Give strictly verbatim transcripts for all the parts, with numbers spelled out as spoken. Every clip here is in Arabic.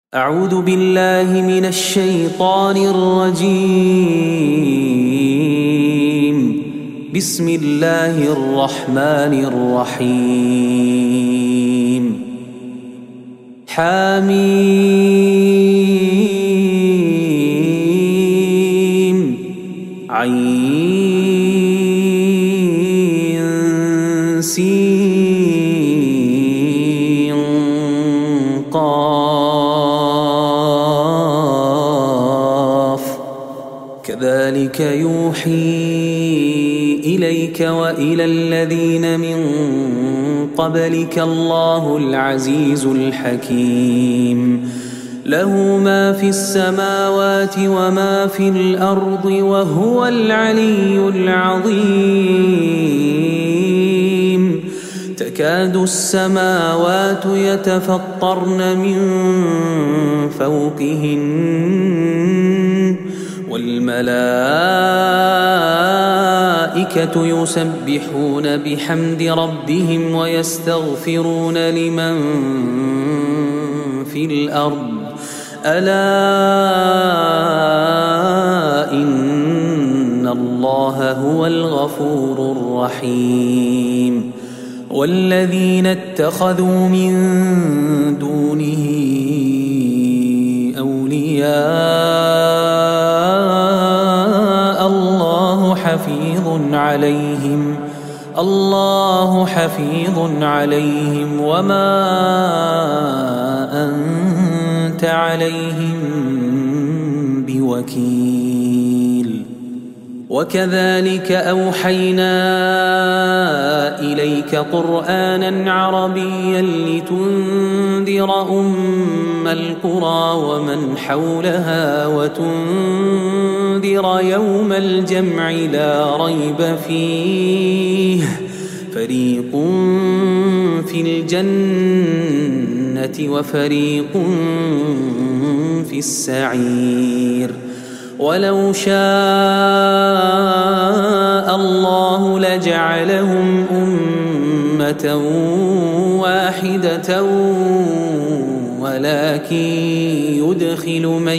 أعوذ بالله من الشيطان الرجيم. بسم الله الرحمن الرحيم. حميم عين سين قاف كذلك يوحي إليك وإلى الذين من قبلك الله العزيز الحكيم. له ما في السماوات وما في الأرض وهو العلي العظيم. تكاد السماوات يتفطرن من فوقهن والملائكة يسبحون بحمد ربهم ويستغفرون لمن في الأرض ألا إن الله هو الغفور الرحيم. والذين اتخذوا من دونه أولياء الله حفيظ عليهم الله حفيظ عليهم وما أنت عليهم بوكيل. وكذلك أوحينا إليك قرآنا عربيا لتنذر أم القرى ومن حولها وتنذر يوم الجمع لا ريب فيه فريق في الجنة وفريق في السعير. ولو شاء الله لجعلهم أمة واحدة ولكن يدخل من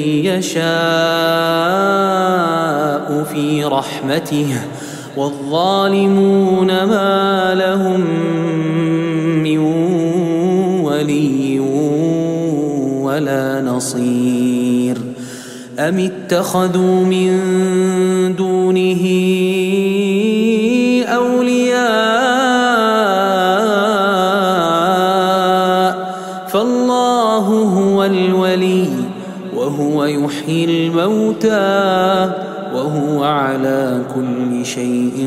يشاء في رحمته والظالمون ما لهم من ولي ولا نصير. أم اتخذوا من دونه أولياء فالله هو الولي وهو يحيي الموتى وهو على كل شيء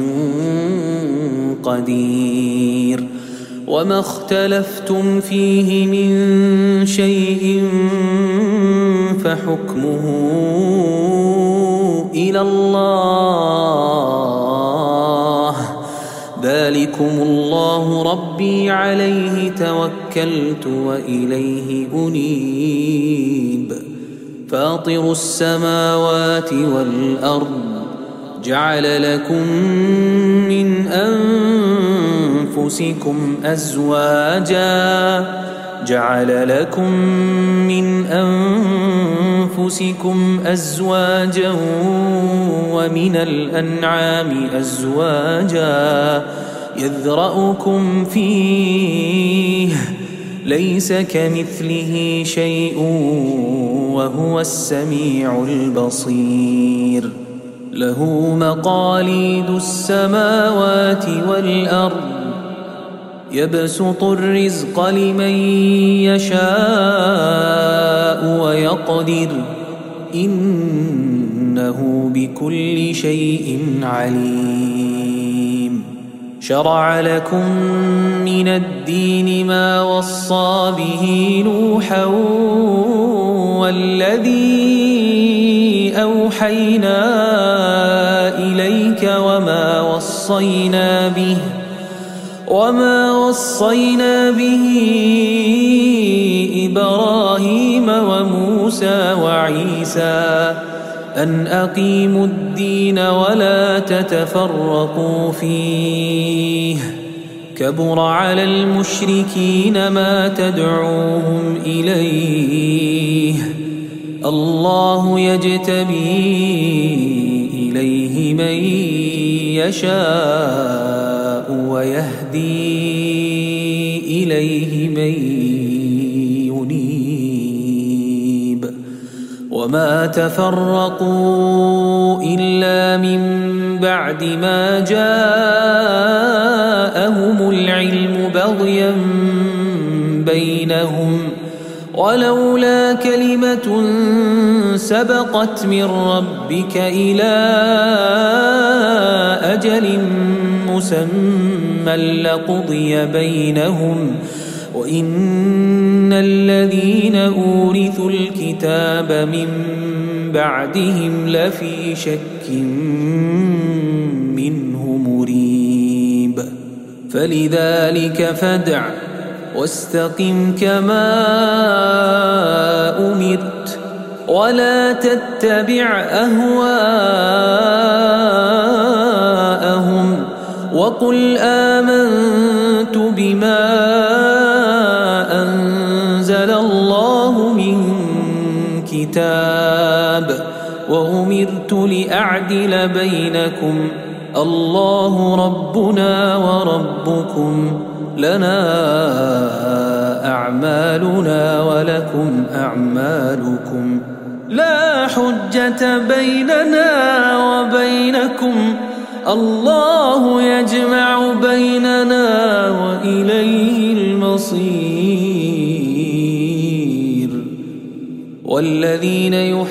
قدير. وما اختلفتم فيه من شيء فحكمه إلى الله. ذلكم الله ربي عليه توكلت وإليه أنيب. فاطر السماوات والأرض جعل لكم من أنفسكم أزواجا جعل لكم من أنفسكم أزواجا ومن الأنعام أزواجا يذرأكم فيه ليس كمثله شيء وهو السميع البصير. له مقاليد السماوات والأرض يبسط الرزق لمن يشاء ويقدر إنه بكل شيء عليم. شرع لكم من الدين ما وصى به نوحا والذي أوحينا إليك وما وصينا به وما وصينا به إبراهيم وموسى وعيسى أن أقيموا الدين ولا تتفرقوا فيه كبر على المشركين ما تدعوهم إليه الله يجتبي إليه من يشاء ويهدي إليه من ينيب وما تفرقوا إلا من بعد ما جاءهم العلم بغيا بينهم ولولا كلمة سبقت من ربك إلى أجل مسمى لقضي بينهم وإن الذين أورثوا الكتاب من بعدهم لفي شك منه مريب فلذلك فادع واستقم كما أمرت ولا تتبع أهواءهم وقل آمنت بما أنزل الله من كتاب وأمرت لأعدل بينكم الله ربنا وربكم لنا أعمالنا ولكم أعمالكم لا حجة بيننا وبينكم الله يجمع بيننا وإليه المصير والذين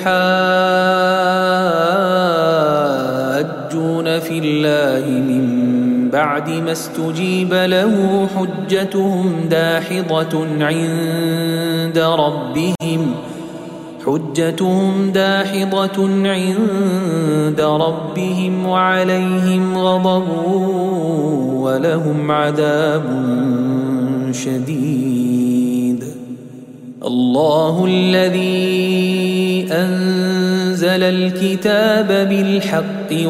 يحاجون في الله من بعد ما استجيب له حجتهم داحضة عند ربهم حجتهم داحضة عند ربهم وعليهم غضب ولهم عذاب شديد الله الذي أنزل الكتاب بالحق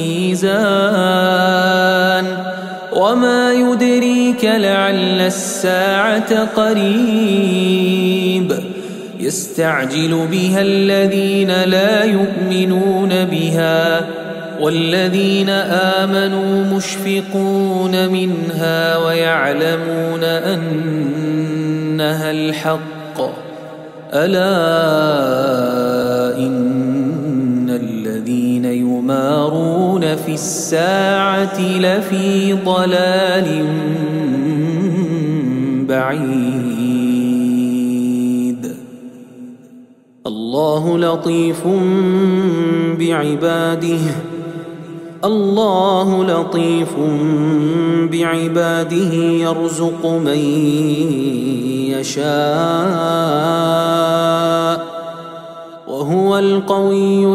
والميزان وما يدريك لعل الساعة قريب يستعجل بها الذين لا يؤمنون بها والذين آمنوا مشفقون منها ويعلمون أنها الحق ألا إن الذين يمارون في الساعة لفي ضلال بعيد الله لطيف بعباده الله لطيف بعباده يرزق من يشاء وهو القوي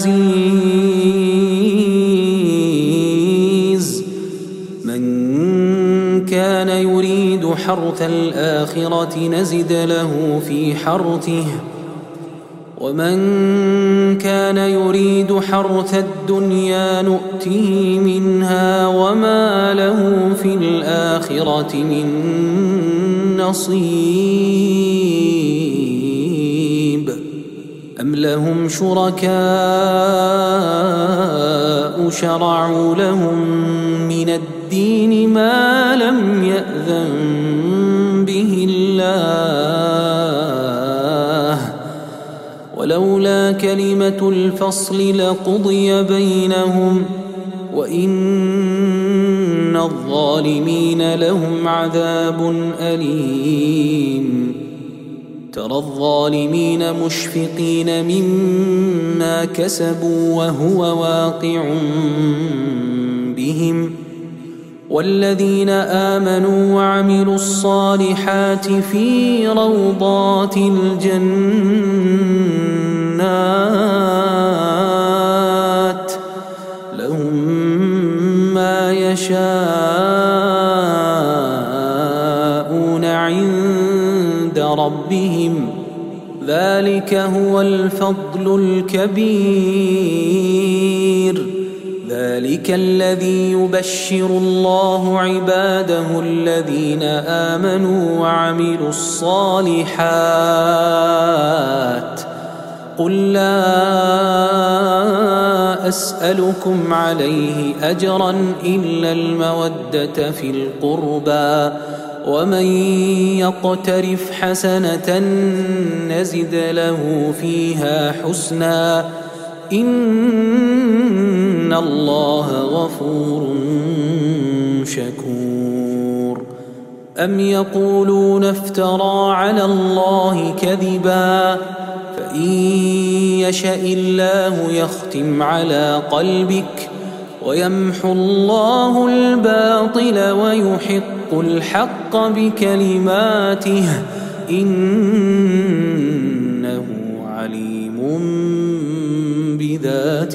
العزيز من كان يريد حرث الآخرة نزد له في حرثه ومن كان يريد حرث الدنيا نؤته منها وما له في الآخرة من نصيب أم لهم شركاء شرعوا لهم من الدين ما لم يأذن به الله ولولا كلمة الفصل لقضي بينهم وإن الظالمين لهم عذاب أليم ترى الظالمين مشفقين مما كسبوا وهو واقع بهم والذين آمنوا وعملوا الصالحات في روضات الجنات لهم ما يشاءون عند ربهم ذلك هو الفضل الكبير ذلك الذي يبشر الله عباده الذين آمنوا وعملوا الصالحات قل لا أسألكم عليه أجرا إلا المودة في القربى ومن يقترف حسنة نزد له فيها حسنا إن الله غفور شكور أم يقولون افترى على الله كذبا فإن يشأ الله يختم على قلبك ويمحو الله الباطل ويحق الحق بكلماته إنه عليم بذات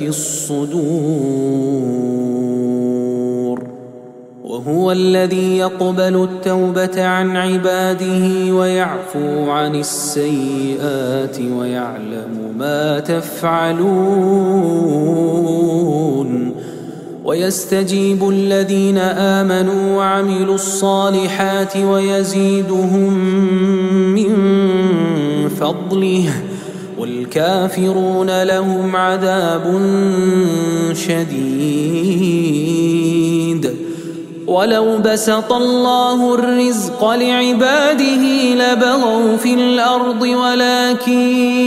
الصدور وهو الذي يقبل التوبة عن عباده ويعفو عن السيئات ويعلم ما تفعلون ويستجيب الذين آمنوا وعملوا الصالحات ويزيدهم من فضله والكافرون لهم عذاب شديد ولو بسط الله الرزق لعباده لبغوا في الأرض ولكن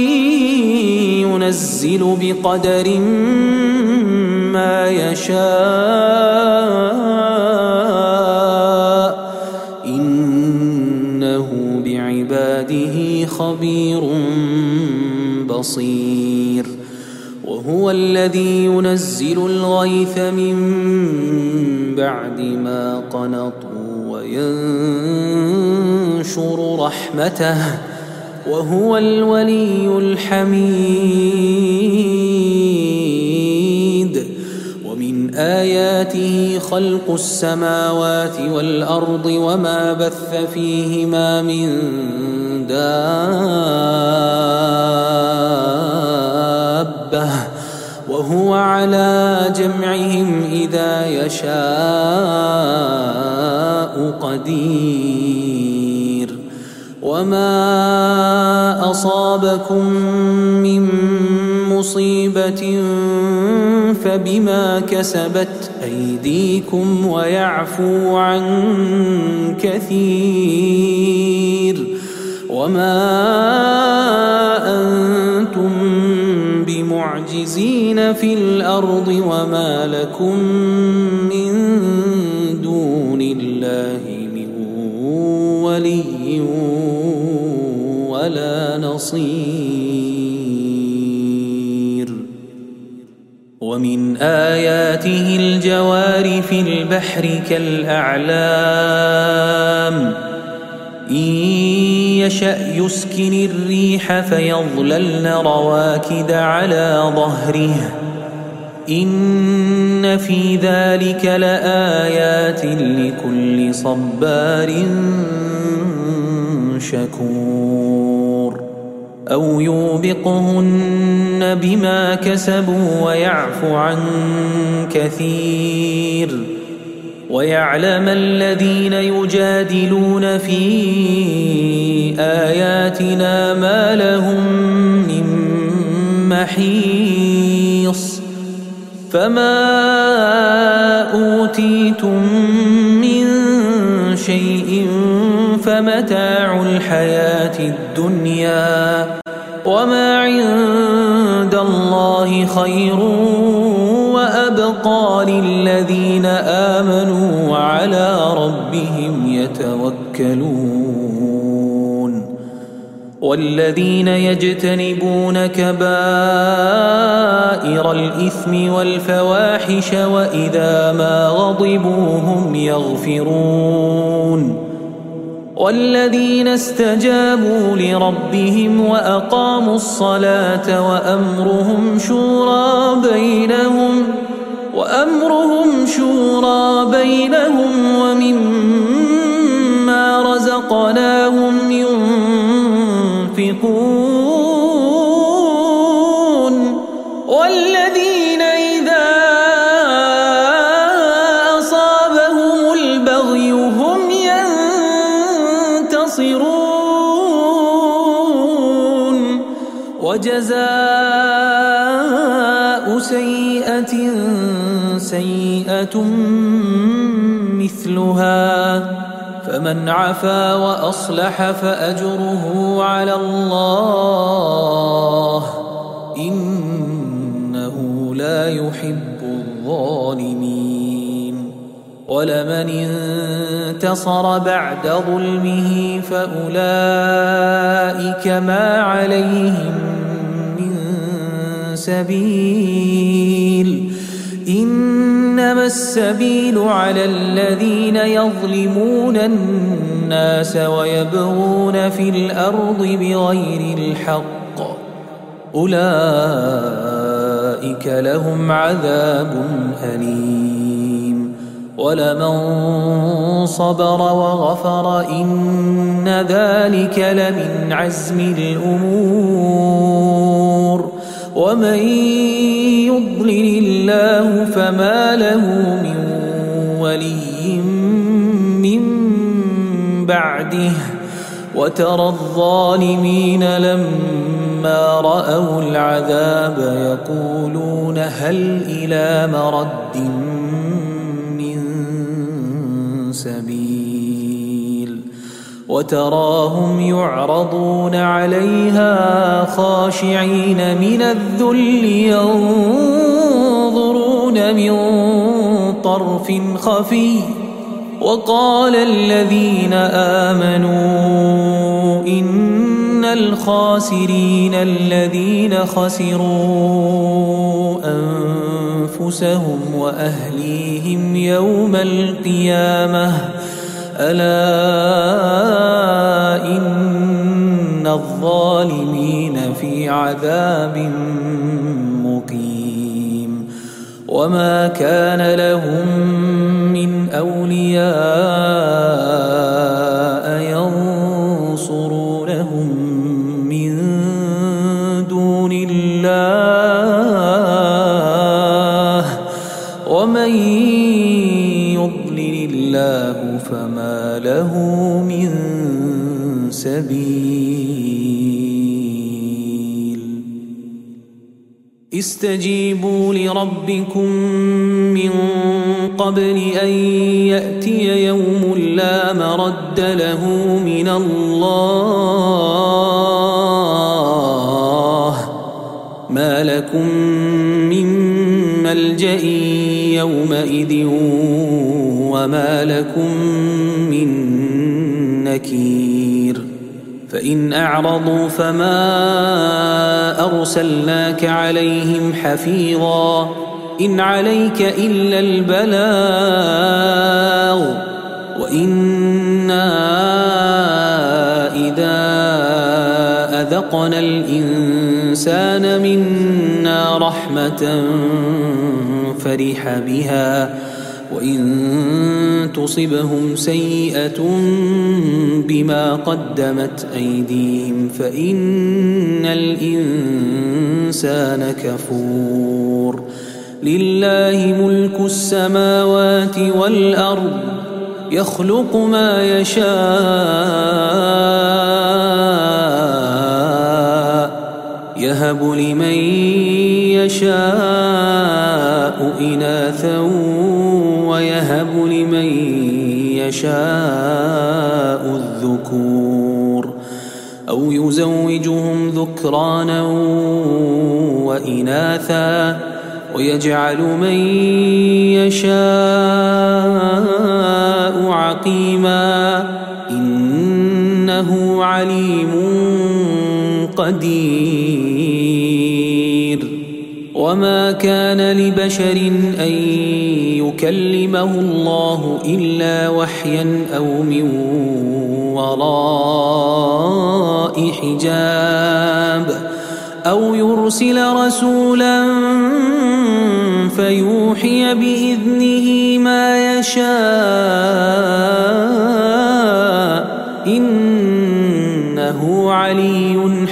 ينزل بقدر ما يشاء إنه بعباده خبير بصير وهو الذي ينزل الغيث من بعد ما قنطوا وينشر رحمته وهو الولي الحميد ومن آياته خلق السماوات والأرض وما بث فيهما من دابة وهو على جمعهم إذا يشاء قدير وما أصابكم من مصيبة فبما كسبت أيديكم ويعفو عن كثير وما أنتم بمعجزين في الأرض وما لكم من دون الله من ولي ولا نصير ومن آياته الجوار في البحر كالأعلام إن يشأ يسكن الريح فيظللن رواكد على ظهره إن في ذلك لآيات لكل صبار شكور أو يوبقهن بما كسبوا ويعفو عن كثير ويعلم الذين يجادلون في آياتنا ما لهم من محيص فما أوتيتم من شيء فمتاع الحياة الدنيا وما عند الله خير وأبقى للذين آمنوا وعلى ربهم يتوكلون والذين يجتنبون كبائر الإثم والفواحش وإذا ما غضبوا هم يغفرون والذين استجابوا لربهم وأقاموا الصلاة وأمرهم شورى بينهم وأمرهم شورى بينهم ومما رزقناهم ينفقون والذين إذا وجزاء سيئة سيئة مثلها فمن عفا وأصلح فأجره على الله إنه لا يحب الظالمين ولمن انتصر بعد ظلمه فأولئك ما عليهم من سبيل إنما السبيل على الذين يظلمون الناس ويبغون في الأرض بغير الحق أولئك لهم عذاب أليم ولمن صبر وغفر إن ذلك لمن عزم الأمور ومن يضلل الله فما له من ولي من بعده وترى الظالمين لما رأوا العذاب يقولون هل إلى مرد من سبيل وتراهم يعرضون عليها خاشعين من الذل ينظرون من طرف خفي وقال الذين آمنوا إن الخاسرين الذين خسروا أنفسهم وأهليهم يوم القيامة ألا إن الظالمين في عذاب مقيم وما كان لهم من أولياء ينصرونهم من دون الله ومن يضلل الله فما له من سبيل استجيبوا لربكم من قبل أن يأتي يوم لا مرد له من الله ما لكم من ملجأ يومئذ وما لكم من نكير فإن أعرضوا فما أرسلناك عليهم حفيظا إن عليك إلا البلاغ وإنا إذا أذقنا الإنسان منا رحمة فرح بها وإن تصبهم سيئة بما قدمت أيديهم فإن الإنسان كفور لله ملك السماوات والأرض يخلق ما يشاء يهب لمن يشاء إناثا ويهب لمن يشاء الذكور أو يزوجهم ذكرانا وإناثا ويجعل من يشاء عقيما إنه عليم قدير وما كان لبشر أن يكلمه الله إلا وحيا أو من وراء حجاب أو يرسل رسولا فيوحي بإذنه ما يشاء إنه علي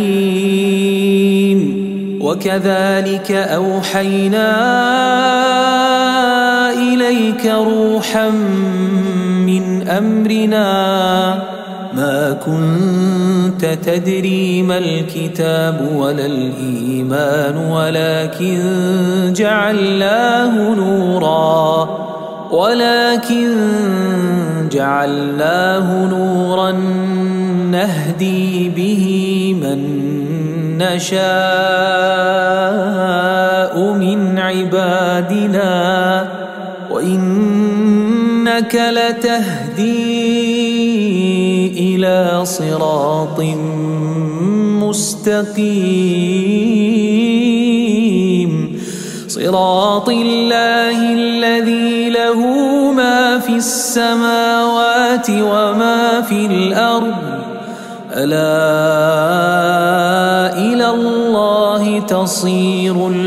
حكيم وكذلك أوحينا إليك روحا من أمرنا ما كنت تدري ما الكتاب ولا الإيمان ولكن جعلناه نورا ولكن جعلناه نورا نهدي به من نشاء من عبادنا وإنك لتهدي إلى صراط مستقيم صراط الله الذي له ما في السماوات وما في الأرض ألا إلى الله تصير